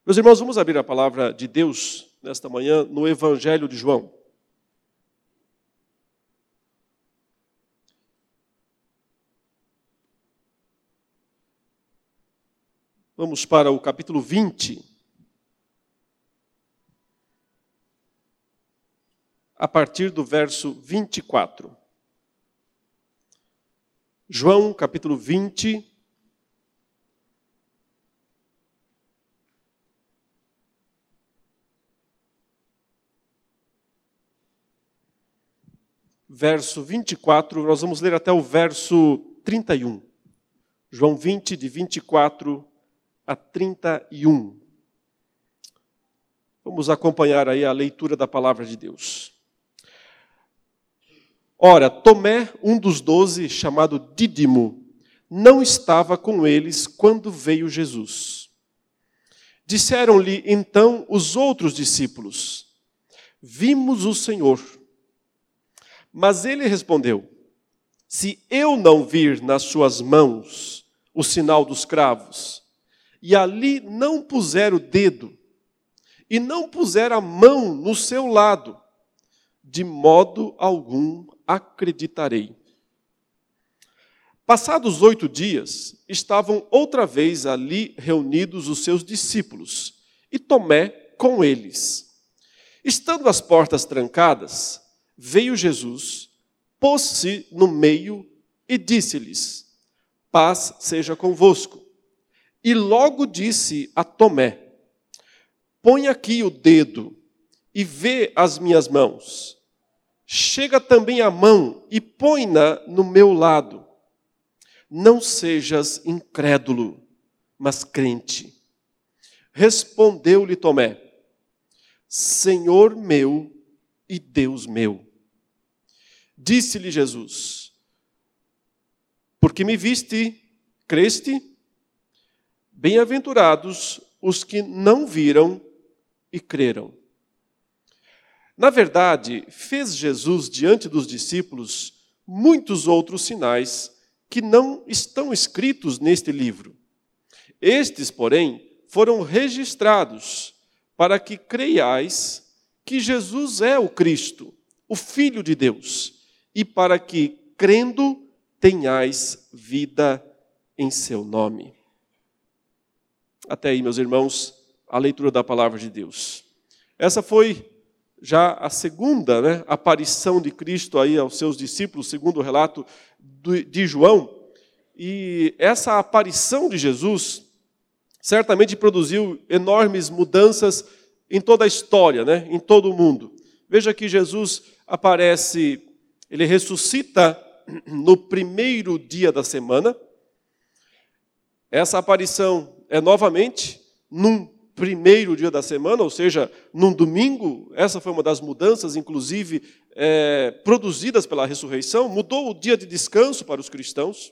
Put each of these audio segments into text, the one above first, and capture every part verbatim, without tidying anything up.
Meus irmãos, vamos abrir a palavra de Deus nesta manhã no Evangelho de João. Vamos para o capítulo vinte, a partir do verso vinte e quatro. João, capítulo vinte, verso vinte e quatro, nós vamos ler até o verso trinta e um. João vinte, de vinte e quatro a trinta e um. Vamos acompanhar aí a leitura da palavra de Deus. Ora, Tomé, um dos doze, chamado Dídimo, não estava com eles quando veio Jesus. Disseram-lhe então os outros discípulos: vimos o Senhor. Mas ele respondeu: se eu não vir nas suas mãos o sinal dos cravos, e ali não puser o dedo, e não puser a mão no seu lado, de modo algum acreditarei. Passados oito dias, estavam outra vez ali reunidos os seus discípulos, e Tomé com eles. Estando as portas trancadas, veio Jesus, pôs-se no meio e disse-lhes: paz seja convosco. E logo disse a Tomé: põe aqui o dedo e vê as minhas mãos. Chega também a mão e põe-na no meu lado. Não sejas incrédulo, mas crente. Respondeu-lhe Tomé: Senhor meu e Deus meu. Disse-lhe Jesus: porque me viste, creste? Bem-aventurados os que não viram e creram. Na verdade, fez Jesus diante dos discípulos muitos outros sinais que não estão escritos neste livro. Estes, porém, foram registrados para que creiais que Jesus é o Cristo, o Filho de Deus, e para que, crendo, tenhais vida em seu nome. Até aí, meus irmãos, a leitura da palavra de Deus. Essa foi já a segunda, né, aparição de Cristo aí aos seus discípulos, segundo o relato de João. E essa aparição de Jesus certamente produziu enormes mudanças em toda a história, né, em todo o mundo. Veja que Jesus aparece, ele ressuscita no primeiro dia da semana. Essa aparição é novamente num primeiro dia da semana, ou seja, num domingo. Essa foi uma das mudanças, inclusive, é, produzidas pela ressurreição. Mudou o dia de descanso para os cristãos.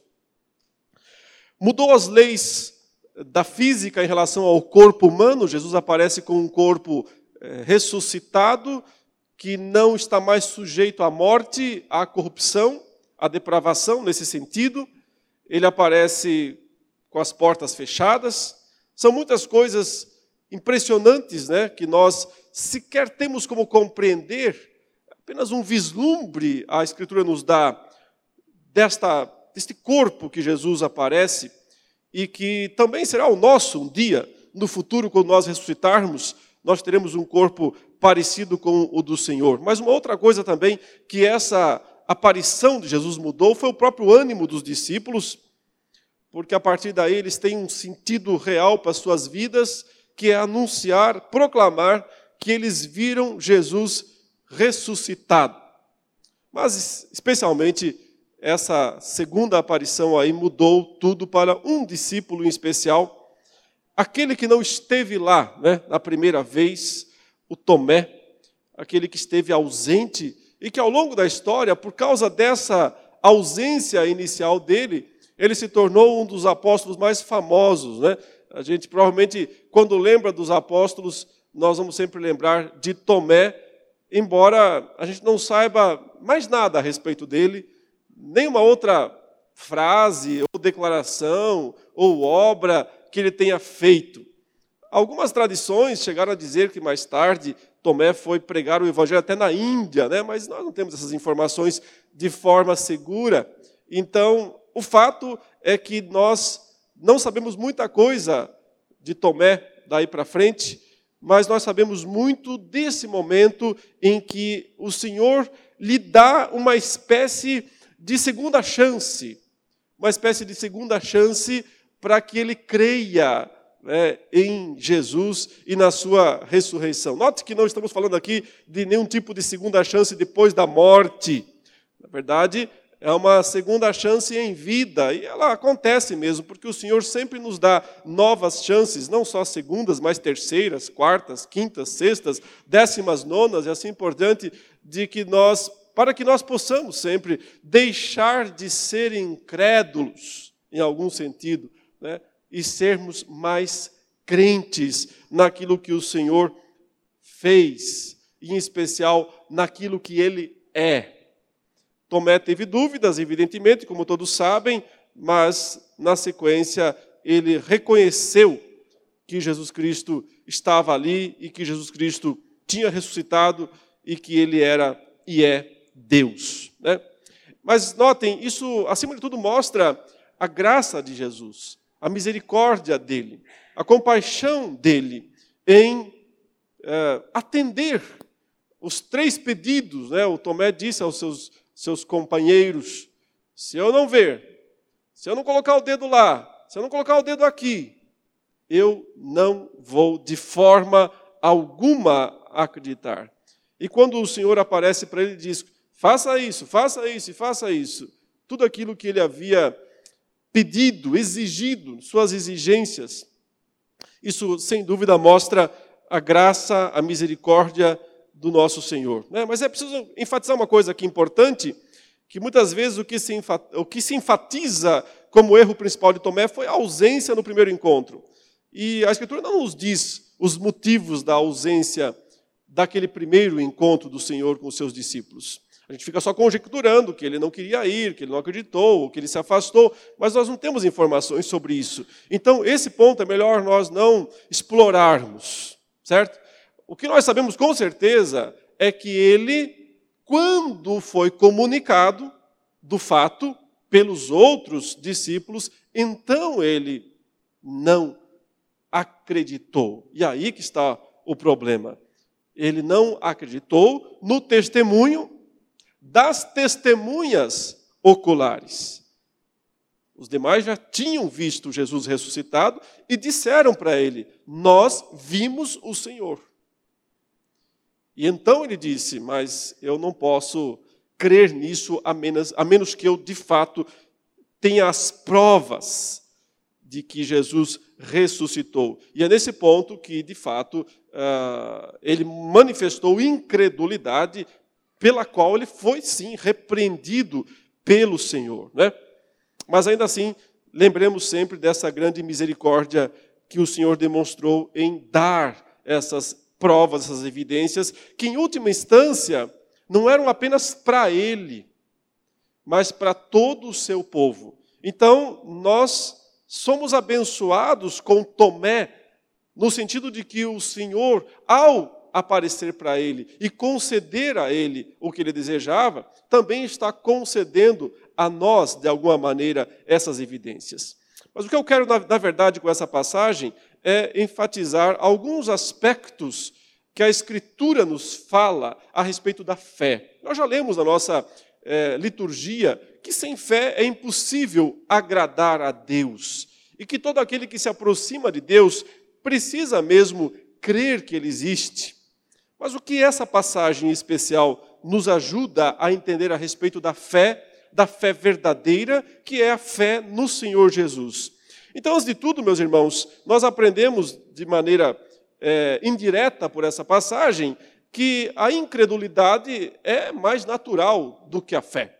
Mudou as leis da física em relação ao corpo humano. Jesus aparece com um corpo é, ressuscitado, que não está mais sujeito à morte, à corrupção, à depravação, nesse sentido. Ele aparece com as portas fechadas. São muitas coisas impressionantes, né, que nós sequer temos como compreender. Apenas um vislumbre a Escritura nos dá desta, deste corpo que Jesus aparece e que também será o nosso um dia, no futuro, quando nós ressuscitarmos, nós teremos um corpo parecido com o do Senhor. Mas uma outra coisa também que essa aparição de Jesus mudou foi o próprio ânimo dos discípulos, porque a partir daí eles têm um sentido real para as suas vidas, que é anunciar, proclamar que eles viram Jesus ressuscitado. Mas, especialmente, essa segunda aparição aí mudou tudo para um discípulo em especial, aquele que não esteve lá, né, na primeira vez, o Tomé, aquele que esteve ausente e que ao longo da história, por causa dessa ausência inicial dele, ele se tornou um dos apóstolos mais famosos, né? A gente provavelmente, quando lembra dos apóstolos, nós vamos sempre lembrar de Tomé, embora a gente não saiba mais nada a respeito dele, nenhuma outra frase, ou declaração, ou obra que ele tenha feito. algumas tradições chegaram a dizer que mais tarde Tomé foi pregar o evangelho até na Índia, né? Mas nós não temos essas informações de forma segura. Então, o fato é que nós não sabemos muita coisa de Tomé daí para frente, mas nós sabemos muito desse momento em que o Senhor lhe dá uma espécie de segunda chance, uma espécie de segunda chance para que ele creia, né, em Jesus e na sua ressurreição. Note que não estamos falando aqui de nenhum tipo de segunda chance depois da morte. Na verdade, é uma segunda chance em vida, e ela acontece mesmo, porque o Senhor sempre nos dá novas chances, não só segundas, mas terceiras, quartas, quintas, sextas, décimas, nonas e assim por diante, de que nós, para que nós possamos sempre deixar de ser incrédulos, em algum sentido, né, e sermos mais crentes naquilo que o Senhor fez, e em especial naquilo que Ele é. Tomé teve dúvidas, evidentemente, como todos sabem, mas, na sequência, ele reconheceu que Jesus Cristo estava ali e que Jesus Cristo tinha ressuscitado e que ele era e é Deus, né? Mas notem, isso, acima de tudo, mostra a graça de Jesus, a misericórdia dele, a compaixão dele em é, atender os três pedidos, né? O Tomé disse aos seus seus companheiros, se eu não ver, se eu não colocar o dedo lá, se eu não colocar o dedo aqui, eu não vou de forma alguma acreditar. E quando o Senhor aparece para ele e diz, faça isso, faça isso e faça isso, tudo aquilo que ele havia pedido, exigido, suas exigências, isso sem dúvida mostra a graça, a misericórdia do nosso Senhor. Mas é preciso enfatizar uma coisa aqui importante, que muitas vezes o que se o que se enfatiza como erro principal de Tomé foi a ausência no primeiro encontro. E a Escritura não nos diz os motivos da ausência daquele primeiro encontro do Senhor com os seus discípulos. A gente fica só conjecturando que ele não queria ir, que ele não acreditou, que ele se afastou, mas nós não temos informações sobre isso. Então, esse ponto é melhor nós não explorarmos, certo? O que nós sabemos com certeza é que ele, quando foi comunicado do fato pelos outros discípulos, então ele não acreditou. E aí que está o problema. Ele não acreditou no testemunho das testemunhas oculares. Os demais já tinham visto Jesus ressuscitado e disseram para ele, nós vimos o Senhor. E então ele disse, mas eu não posso crer nisso a menos, a menos que eu, de fato, tenha as provas de que Jesus ressuscitou. E é nesse ponto que, de fato, ele manifestou incredulidade pela qual ele foi, sim, repreendido pelo Senhor, né? Mas, ainda assim, lembremos sempre dessa grande misericórdia que o Senhor demonstrou em dar essas provas, essas evidências, que em última instância não eram apenas para ele, mas para todo o seu povo. Então, nós somos abençoados com Tomé, no sentido de que o Senhor, ao aparecer para ele e conceder a ele o que ele desejava, também está concedendo a nós, de alguma maneira, essas evidências. Mas o que eu quero, na, na verdade, com essa passagem é enfatizar alguns aspectos que a Escritura nos fala a respeito da fé. Nós já lemos na nossa é, liturgia que sem fé é impossível agradar a Deus e que todo aquele que se aproxima de Deus precisa mesmo crer que Ele existe. Mas o que essa passagem especial nos ajuda a entender a respeito da fé, da fé verdadeira, que é a fé no Senhor Jesus? Então, antes de tudo, meus irmãos, nós aprendemos de maneira é, indireta por essa passagem que a incredulidade é mais natural do que a fé.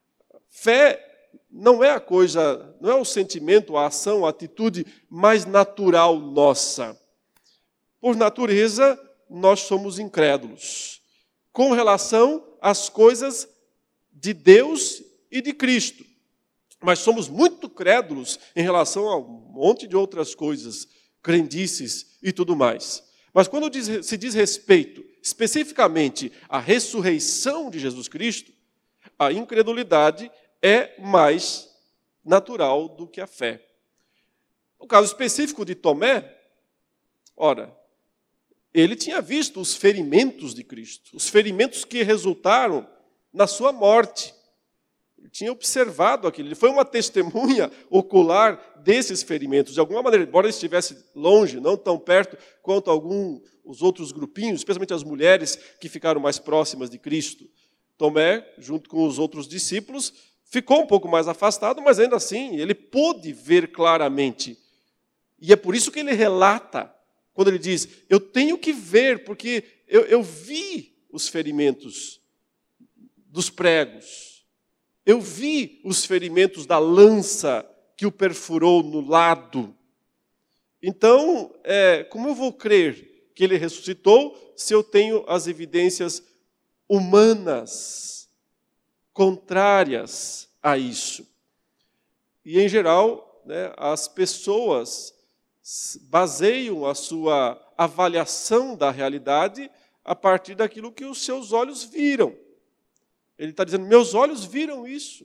Fé não é a coisa, não é o sentimento, a ação, a atitude mais natural nossa. Por natureza, nós somos incrédulos com relação às coisas de Deus e de Cristo. Mas somos muito crédulos em relação a um monte de outras coisas, crendices e tudo mais. Mas quando diz, se diz respeito especificamente à ressurreição de Jesus Cristo, a incredulidade é mais natural do que a fé. No caso específico de Tomé, ora, ele tinha visto os ferimentos de Cristo, os ferimentos que resultaram na sua morte. Ele tinha observado aquilo, ele foi uma testemunha ocular desses ferimentos. De alguma maneira, embora ele estivesse longe, não tão perto quanto alguns os outros grupinhos, especialmente as mulheres que ficaram mais próximas de Cristo. Tomé, junto com os outros discípulos, ficou um pouco mais afastado, mas ainda assim ele pôde ver claramente. E é por isso que ele relata, quando ele diz, eu tenho que ver, porque eu, eu vi os ferimentos dos pregos. Eu vi os ferimentos da lança que o perfurou no lado. Então, é, como eu vou crer que ele ressuscitou se eu tenho as evidências humanas contrárias a isso? E, em geral, né, as pessoas baseiam a sua avaliação da realidade a partir daquilo que os seus olhos viram. Ele está dizendo, meus olhos viram isso.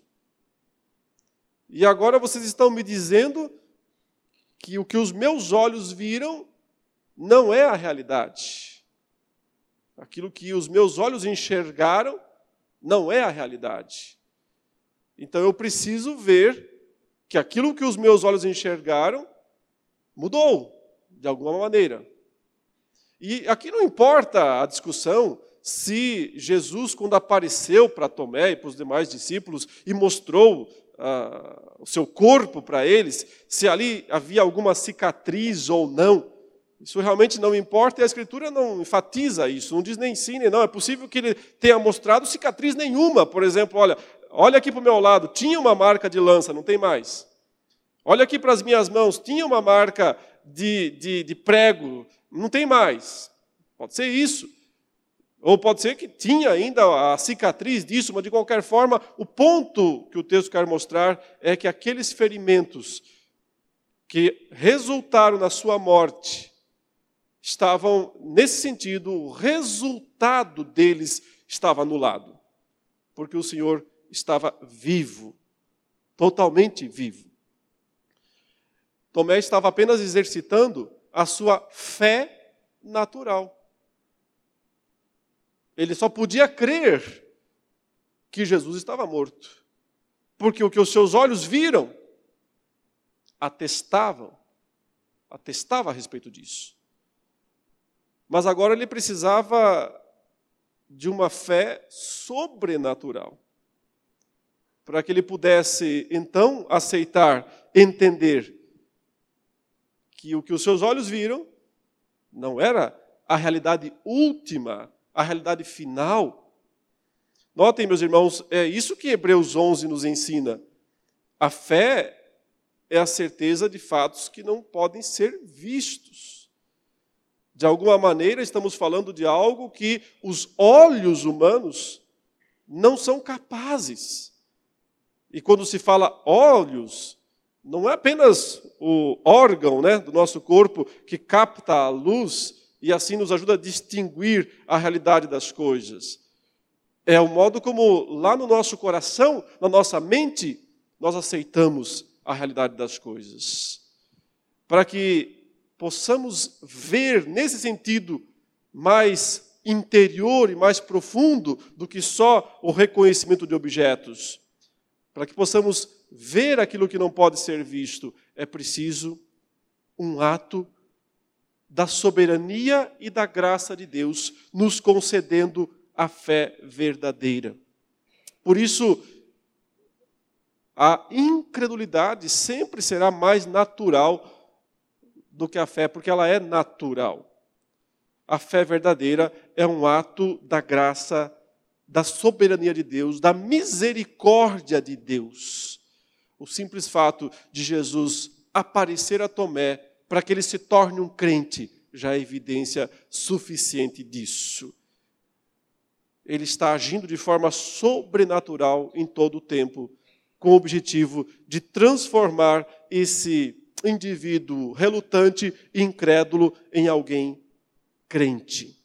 E agora vocês estão me dizendo que o que os meus olhos viram não é a realidade. Aquilo que os meus olhos enxergaram não é a realidade. Então eu preciso ver que aquilo que os meus olhos enxergaram mudou, de alguma maneira. E aqui não importa a discussão se Jesus, quando apareceu para Tomé e para os demais discípulos e mostrou ah, o seu corpo para eles, se ali havia alguma cicatriz ou não. Isso realmente não importa e a Escritura não enfatiza isso, não diz nem sim nem não. É possível que ele tenha mostrado cicatriz nenhuma. Por exemplo, olha, olha aqui para o meu lado, tinha uma marca de lança, não tem mais. Olha aqui para as minhas mãos, tinha uma marca de, de, de prego, não tem mais. Pode ser isso. Ou pode ser que tinha ainda a cicatriz disso, mas de qualquer forma, o ponto que o texto quer mostrar é que aqueles ferimentos que resultaram na sua morte estavam, nesse sentido, o resultado deles estava anulado. Porque o Senhor estava vivo, totalmente vivo. Tomé estava apenas exercitando a sua fé natural. Ele só podia crer que Jesus estava morto. Porque o que os seus olhos viram, atestavam, atestava a respeito disso. Mas agora ele precisava de uma fé sobrenatural. Para que ele pudesse, então, aceitar, entender que o que os seus olhos viram não era a realidade última, a realidade final. Notem, meus irmãos, é isso que Hebreus onze nos ensina. A fé é a certeza de fatos que não podem ser vistos. De alguma maneira, estamos falando de algo que os olhos humanos não são capazes. E quando se fala olhos, não é apenas o órgão, né, do nosso corpo que capta a luz e assim nos ajuda a distinguir a realidade das coisas. É o modo como lá no nosso coração, na nossa mente, nós aceitamos a realidade das coisas. Para que possamos ver nesse sentido mais interior e mais profundo do que só o reconhecimento de objetos. Para que possamos ver aquilo que não pode ser visto, é preciso um ato da soberania e da graça de Deus, nos concedendo a fé verdadeira. Por isso, a incredulidade sempre será mais natural do que a fé, porque ela é natural. A fé verdadeira é um ato da graça, da soberania de Deus, da misericórdia de Deus. O simples fato de Jesus aparecer a Tomé para que ele se torne um crente, já é evidência suficiente disso. Ele está agindo de forma sobrenatural em todo o tempo, com o objetivo de transformar esse, indivíduo relutante e incrédulo em alguém crente.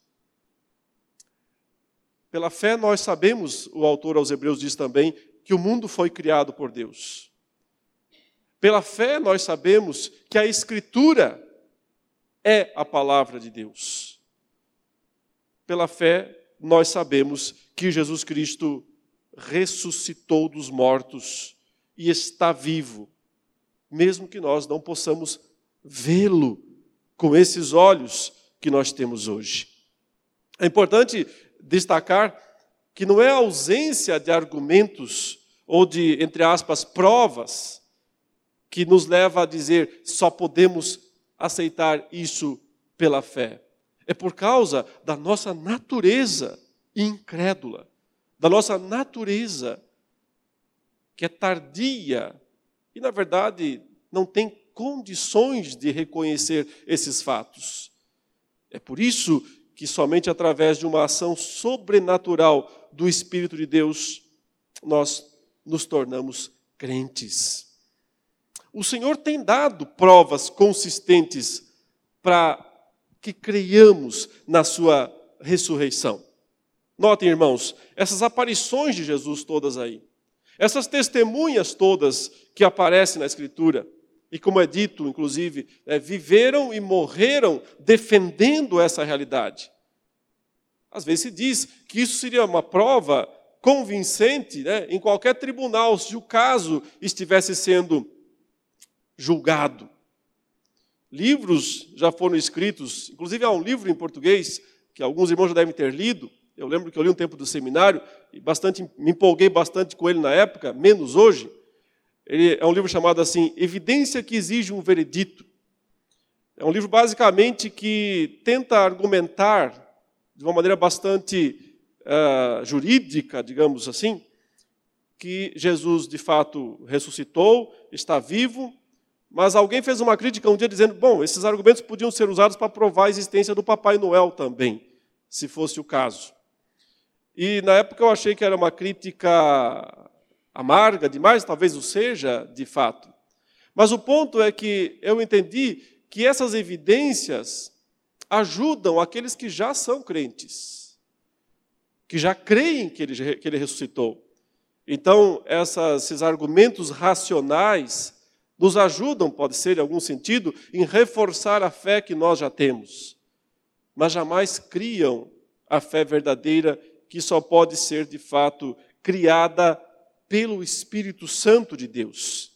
Pela fé nós sabemos, o autor aos Hebreus diz também, que o mundo foi criado por Deus. Pela fé nós sabemos que a Escritura é a palavra de Deus. Pela fé nós sabemos que Jesus Cristo ressuscitou dos mortos e está vivo, mesmo que nós não possamos vê-lo com esses olhos que nós temos hoje. É importante destacar que não é a ausência de argumentos ou de, entre aspas, provas que nos leva a dizer só podemos aceitar isso pela fé. É por causa da nossa natureza incrédula, da nossa natureza que é tardia e, na verdade, não tem condições de reconhecer esses fatos. É por isso que somente através de uma ação sobrenatural do Espírito de Deus nós nos tornamos crentes. O Senhor tem dado provas consistentes para que creiamos na sua ressurreição. Notem, irmãos, essas aparições de Jesus todas aí, essas testemunhas todas que aparecem na Escritura, e como é dito, inclusive, é, viveram e morreram defendendo essa realidade. Às vezes se diz que isso seria uma prova convincente, né, em qualquer tribunal, se o caso estivesse sendo julgado. Livros já foram escritos, inclusive há um livro em português, que alguns irmãos já devem ter lido. Eu lembro que eu li um tempo do seminário, e bastante, me empolguei bastante com ele na época, menos hoje. Ele é um livro chamado assim, Evidência que exige um veredito. É um livro basicamente que tenta argumentar de uma maneira bastante uh, jurídica, digamos assim, que Jesus de fato ressuscitou, está vivo, mas alguém fez uma crítica um dia dizendo, bom, esses argumentos podiam ser usados para provar a existência do Papai Noel também, se fosse o caso. E na época eu achei que era uma crítica amarga demais, talvez o seja, de fato. Mas o ponto é que eu entendi que essas evidências ajudam aqueles que já são crentes, que já creem que ele, que ele ressuscitou. Então, essas, esses argumentos racionais nos ajudam, pode ser em algum sentido, em reforçar a fé que nós já temos, mas jamais criam a fé verdadeira que só pode ser, de fato, criada pelo Espírito Santo de Deus.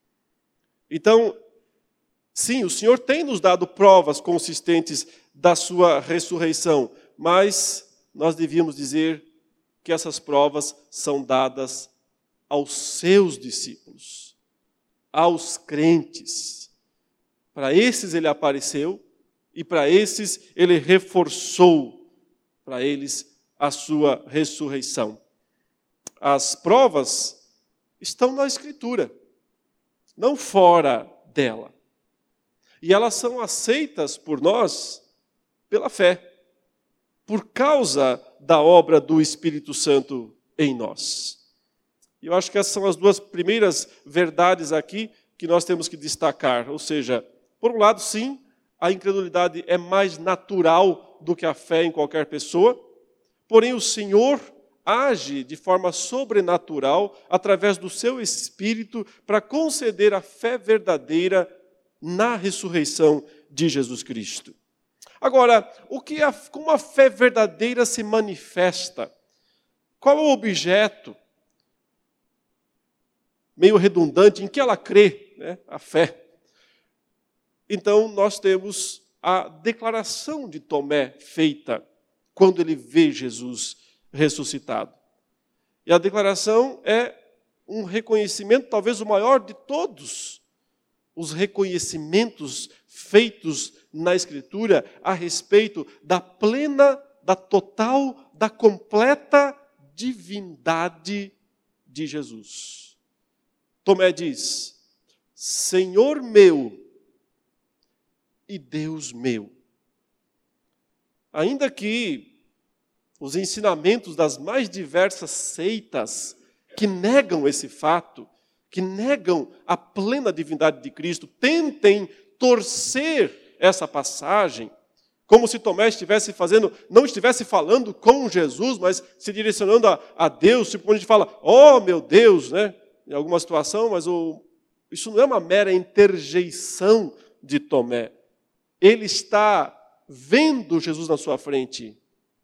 Então, sim, o Senhor tem nos dado provas consistentes da sua ressurreição, mas nós devíamos dizer que essas provas são dadas aos seus discípulos, aos crentes. Para esses ele apareceu e para esses ele reforçou para eles a sua ressurreição. As provas estão na Escritura, não fora dela. E elas são aceitas por nós pela fé, por causa da obra do Espírito Santo em nós. E eu acho que essas são as duas primeiras verdades aqui que nós temos que destacar. Ou seja, por um lado, sim, a incredulidade é mais natural do que a fé em qualquer pessoa, porém o Senhor age de forma sobrenatural através do seu Espírito para conceder a fé verdadeira na ressurreição de Jesus Cristo. Agora, o que a, como a fé verdadeira se manifesta? Qual é o objeto? Meio redundante, em que ela crê, né? A fé. Então, nós temos a declaração de Tomé feita quando ele vê Jesus ressuscitado. E a declaração é um reconhecimento, talvez o maior de todos os reconhecimentos feitos na Escritura a respeito da plena, da total, da completa divindade de Jesus. Tomé diz, Senhor meu e Deus meu. Ainda que os ensinamentos das mais diversas seitas que negam esse fato, que negam a plena divindade de Cristo, tentem torcer essa passagem, como se Tomé estivesse fazendo, não estivesse falando com Jesus, mas se direcionando a, a Deus, tipo quando a gente fala, oh meu Deus, né? Em alguma situação, mas o, isso não é uma mera interjeição de Tomé. Ele está vendo Jesus na sua frente,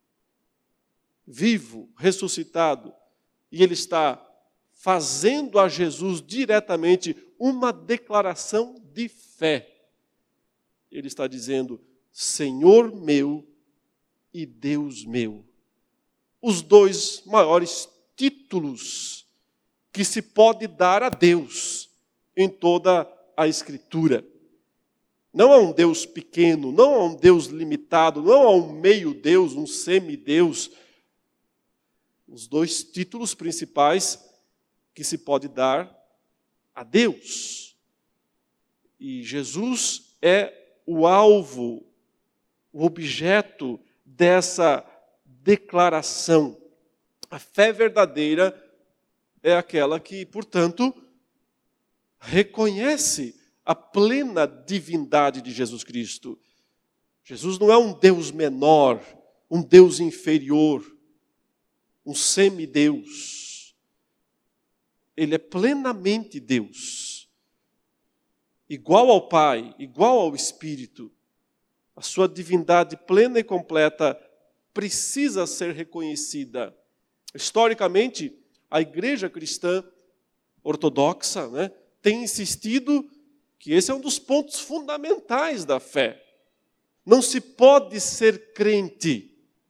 vivo, ressuscitado, e ele está fazendo a Jesus diretamente uma declaração de fé. Ele está dizendo, Senhor meu e Deus meu. Os dois maiores títulos que se pode dar a Deus em toda a Escritura. Não há um Deus pequeno, não há um Deus limitado, não há um meio-deus, um semideus. Os dois títulos principais que se pode dar a Deus. E Jesus é o alvo, o objeto dessa declaração. A fé verdadeira é aquela que, portanto, reconhece a plena divindade de Jesus Cristo. Jesus não é um Deus menor, um Deus inferior, um semideus. Ele é plenamente Deus. Igual ao Pai, igual ao Espírito. A sua divindade plena e completa precisa ser reconhecida. Historicamente, a igreja cristã ortodoxa, né, tem insistido que esse é um dos pontos fundamentais da fé. Não se pode ser crente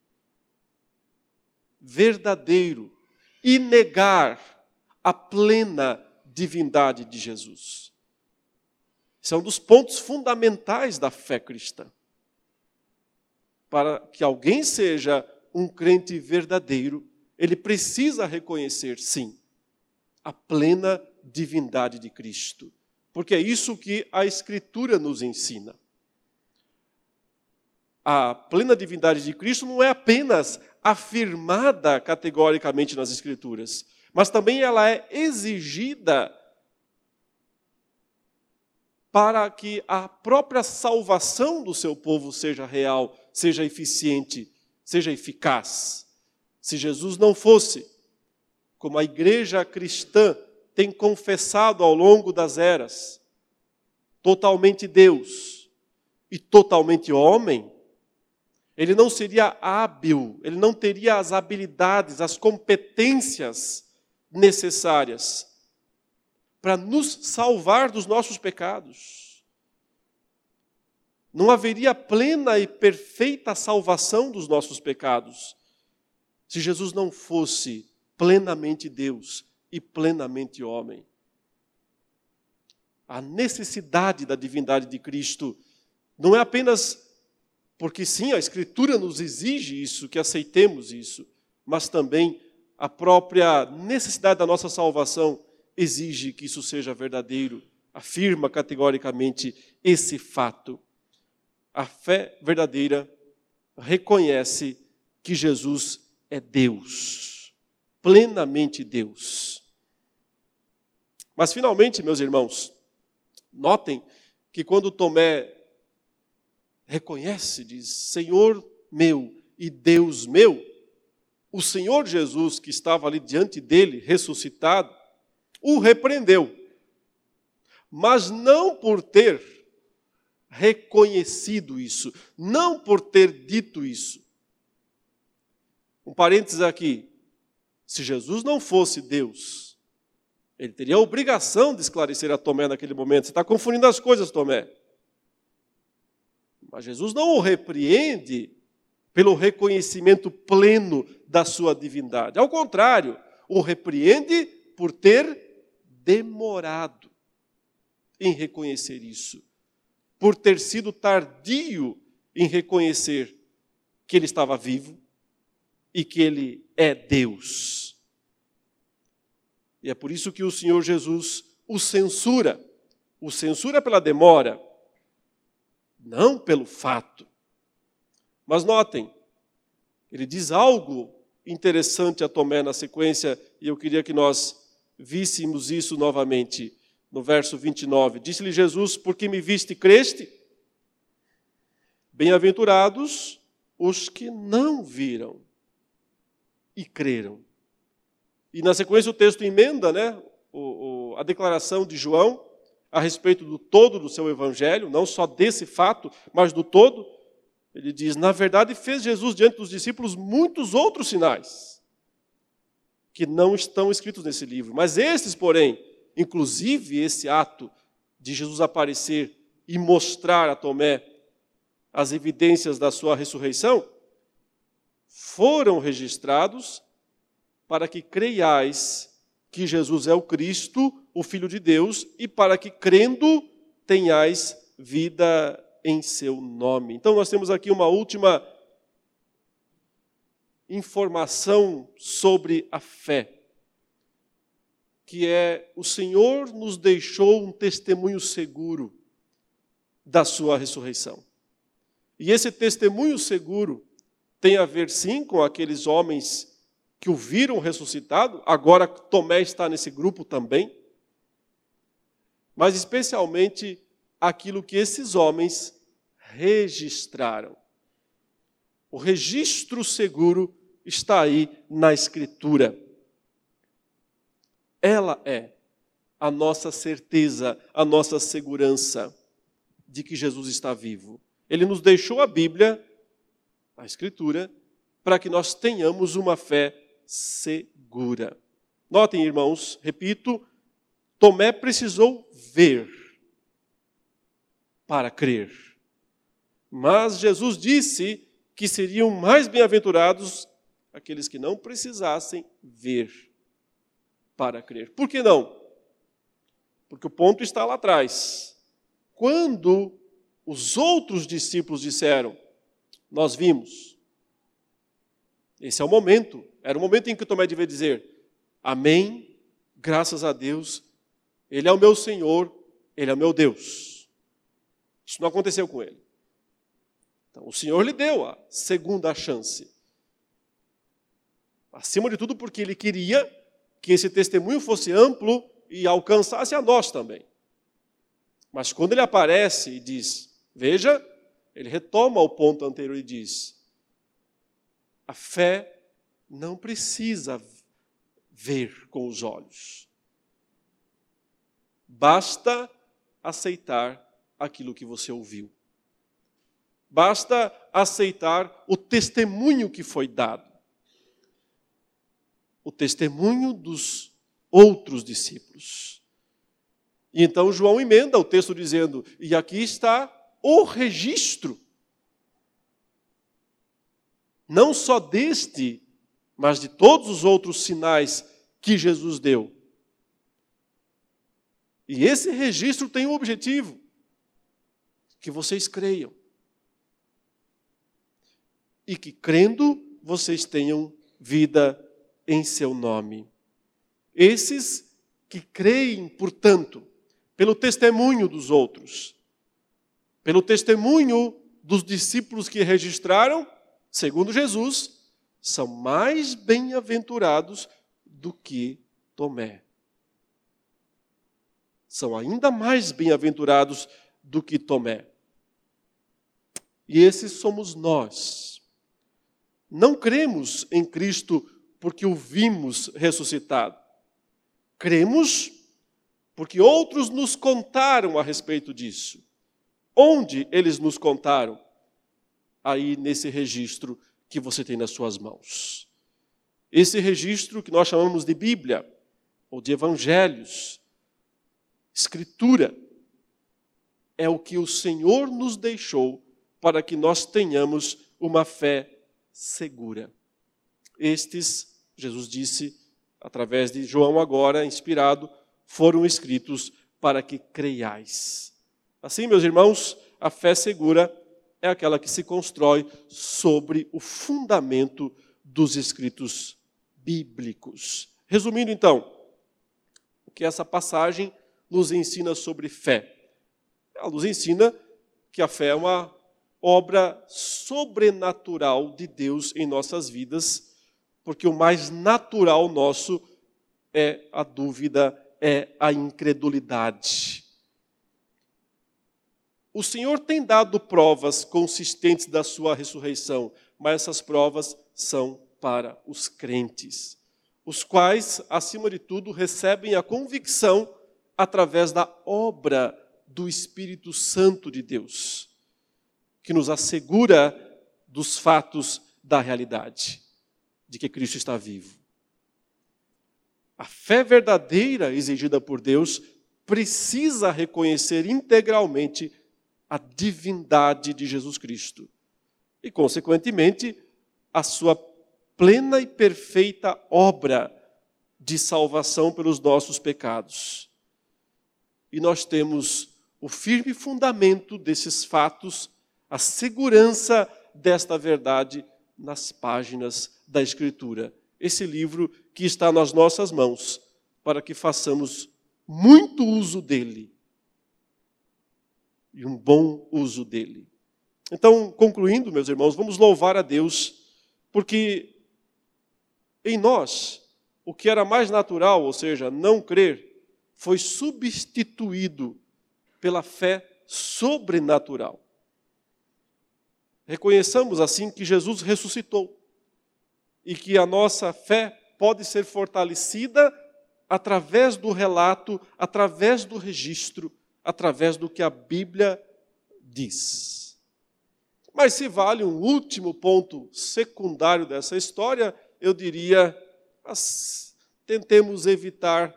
verdadeiro e negar a plena divindade de Jesus. Esse é um dos pontos fundamentais da fé cristã. Para que alguém seja um crente verdadeiro, ele precisa reconhecer, sim, a plena divindade de Cristo. Porque é isso que a Escritura nos ensina. A plena divindade de Cristo não é apenas afirmada categoricamente nas Escrituras, mas também ela é exigida para que a própria salvação do seu povo seja real, seja eficiente, seja eficaz. Se Jesus não fosse, como a igreja cristã tem confessado ao longo das eras, totalmente Deus e totalmente homem, ele não seria hábil, ele não teria as habilidades, as competências necessárias para nos salvar dos nossos pecados. Não haveria plena e perfeita salvação dos nossos pecados se Jesus não fosse plenamente Deus e plenamente homem. A necessidade da divindade de Cristo não é apenas porque, sim, a Escritura nos exige isso, que aceitemos isso, mas também a própria necessidade da nossa salvação exige que isso seja verdadeiro, afirma categoricamente esse fato. A fé verdadeira reconhece que Jesus é Deus, plenamente Deus. Mas, finalmente, meus irmãos, notem que quando Tomé reconhece, diz, Senhor meu e Deus meu, o Senhor Jesus, que estava ali diante dele, ressuscitado, o repreendeu. Mas não por ter reconhecido isso, não por ter dito isso. Um parênteses aqui. Se Jesus não fosse Deus, ele teria a obrigação de esclarecer a Tomé naquele momento. Você está confundindo as coisas, Tomé. Mas Jesus não o repreende pelo reconhecimento pleno da sua divindade. Ao contrário, o repreende por ter demorado em reconhecer isso. Por ter sido tardio em reconhecer que ele estava vivo e que ele é Deus. E é por isso que o Senhor Jesus o censura. O censura pela demora, não pelo fato. Mas notem, ele diz algo interessante a Tomé na sequência, e eu queria que nós víssemos isso novamente no verso vinte e nove. Disse-lhe Jesus: porque me viste e creste? Bem-aventurados os que não viram e creram. E na sequência o texto emenda, né, o, o, a declaração de João a respeito do todo do seu evangelho, não só desse fato, mas do todo. Ele diz: na verdade fez Jesus diante dos discípulos muitos outros sinais, que não estão escritos nesse livro. Mas esses, porém, inclusive esse ato de Jesus aparecer e mostrar a Tomé as evidências da sua ressurreição, foram registrados para que creiais que Jesus é o Cristo, o Filho de Deus, e para que, crendo, tenhais vida em seu nome. Então, nós temos aqui uma última informação sobre a fé, que é: o Senhor nos deixou um testemunho seguro da sua ressurreição. E esse testemunho seguro tem a ver, sim, com aqueles homens que o viram ressuscitado. Agora Tomé está nesse grupo também. Mas especialmente aquilo que esses homens registraram. O registro seguro está aí na Escritura. Ela é a nossa certeza, a nossa segurança de que Jesus está vivo. Ele nos deixou a Bíblia, a Escritura, para que nós tenhamos uma fé segura. Notem, irmãos, repito, Tomé precisou ver para crer. Mas Jesus disse que seriam mais bem-aventurados aqueles que não precisassem ver para crer. Por que não? Porque o ponto está lá atrás. Quando os outros discípulos disseram: nós vimos. Esse é o momento. Era o momento em que Tomé devia dizer: amém, graças a Deus, Ele é o meu Senhor, Ele é o meu Deus. Isso não aconteceu com ele. Então, o Senhor lhe deu a segunda chance. Acima de tudo, porque Ele queria que esse testemunho fosse amplo e alcançasse a nós também. Mas quando Ele aparece e diz: veja, Ele retoma o ponto anterior e diz: a fé não precisa ver com os olhos. Basta aceitar aquilo que você ouviu. Basta aceitar o testemunho que foi dado. O testemunho dos outros discípulos. E então João emenda o texto dizendo: e aqui está o registro. Não só deste, mas de todos os outros sinais que Jesus deu. E esse registro tem um objetivo: que vocês creiam. E que, crendo, vocês tenham vida em seu nome. Esses que creem, portanto, pelo testemunho dos outros, pelo testemunho dos discípulos que registraram, segundo Jesus, são mais bem-aventurados do que Tomé. São ainda mais bem-aventurados do que Tomé. E esses somos nós. Não cremos em Cristo porque o vimos ressuscitado. Cremos porque outros nos contaram a respeito disso. Onde eles nos contaram? Aí nesse registro que você tem nas suas mãos. Esse registro que nós chamamos de Bíblia, ou de Evangelhos, Escritura, é o que o Senhor nos deixou para que nós tenhamos uma fé segura. Estes, Jesus disse, através de João agora, inspirado, foram escritos para que creiais. Assim, meus irmãos, a fé segura é aquela que se constrói sobre o fundamento dos escritos bíblicos. Resumindo, então, o que essa passagem nos ensina sobre fé? Ela nos ensina que a fé é uma obra sobrenatural de Deus em nossas vidas, porque o mais natural nosso é a dúvida, é a incredulidade. O Senhor tem dado provas consistentes da sua ressurreição, mas essas provas são para os crentes, os quais, acima de tudo, recebem a convicção através da obra do Espírito Santo de Deus, que nos assegura dos fatos da realidade, de que Cristo está vivo. A fé verdadeira exigida por Deus precisa reconhecer integralmente a divindade de Jesus Cristo e, consequentemente, a sua plena e perfeita obra de salvação pelos nossos pecados. E nós temos o firme fundamento desses fatos, a segurança desta verdade nas páginas da Escritura. Esse livro que está nas nossas mãos, para que façamos muito uso dele. E um bom uso dele. Então, concluindo, meus irmãos, vamos louvar a Deus, porque em nós, o que era mais natural, ou seja, não crer, foi substituído pela fé sobrenatural. Reconheçamos assim que Jesus ressuscitou e que a nossa fé pode ser fortalecida através do relato, através do registro, através do que a Bíblia diz. Mas se vale um último ponto secundário dessa história, eu diria, mas tentemos evitar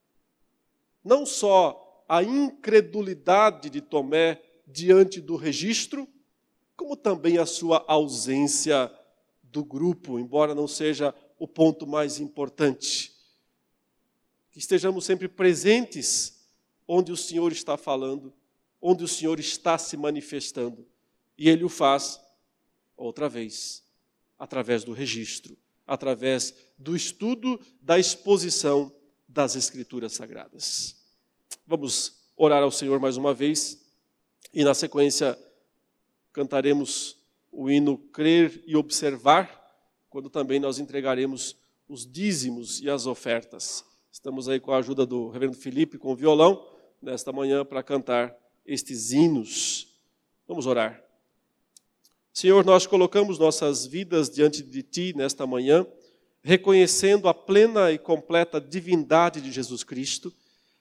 não só a incredulidade de Tomé diante do registro, como também a sua ausência do grupo, embora não seja o ponto mais importante. Que estejamos sempre presentes onde o Senhor está falando, onde o Senhor está se manifestando. E Ele o faz, outra vez, através do registro, através do estudo, da exposição das Escrituras Sagradas. Vamos orar ao Senhor mais uma vez e, na sequência, cantaremos o hino Crer e Observar, quando também nós entregaremos os dízimos e as ofertas. Estamos aí com a ajuda do reverendo Felipe, com o violão, nesta manhã, para cantar estes hinos. Vamos orar. Senhor, nós colocamos nossas vidas diante de Ti nesta manhã, reconhecendo a plena e completa divindade de Jesus Cristo.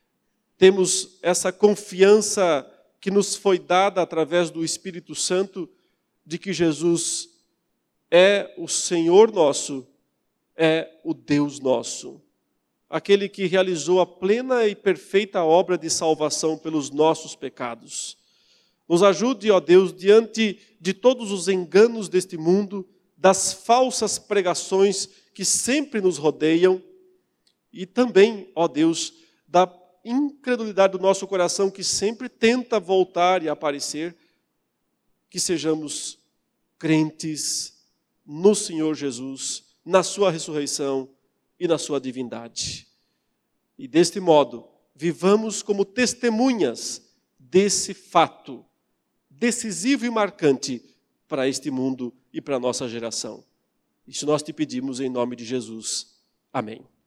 Temos essa confiança que nos foi dada através do Espírito Santo, de que Jesus é o Senhor nosso, é o Deus nosso. Aquele que realizou a plena e perfeita obra de salvação pelos nossos pecados. Nos ajude, ó Deus, diante de todos os enganos deste mundo, das falsas pregações que sempre nos rodeiam, e também, ó Deus, da incredulidade do nosso coração que sempre tenta voltar e aparecer, que sejamos crentes no Senhor Jesus, na sua ressurreição e na sua divindade. E deste modo, vivamos como testemunhas desse fato decisivo e marcante para este mundo e para a nossa geração. Isso nós te pedimos em nome de Jesus. Amém.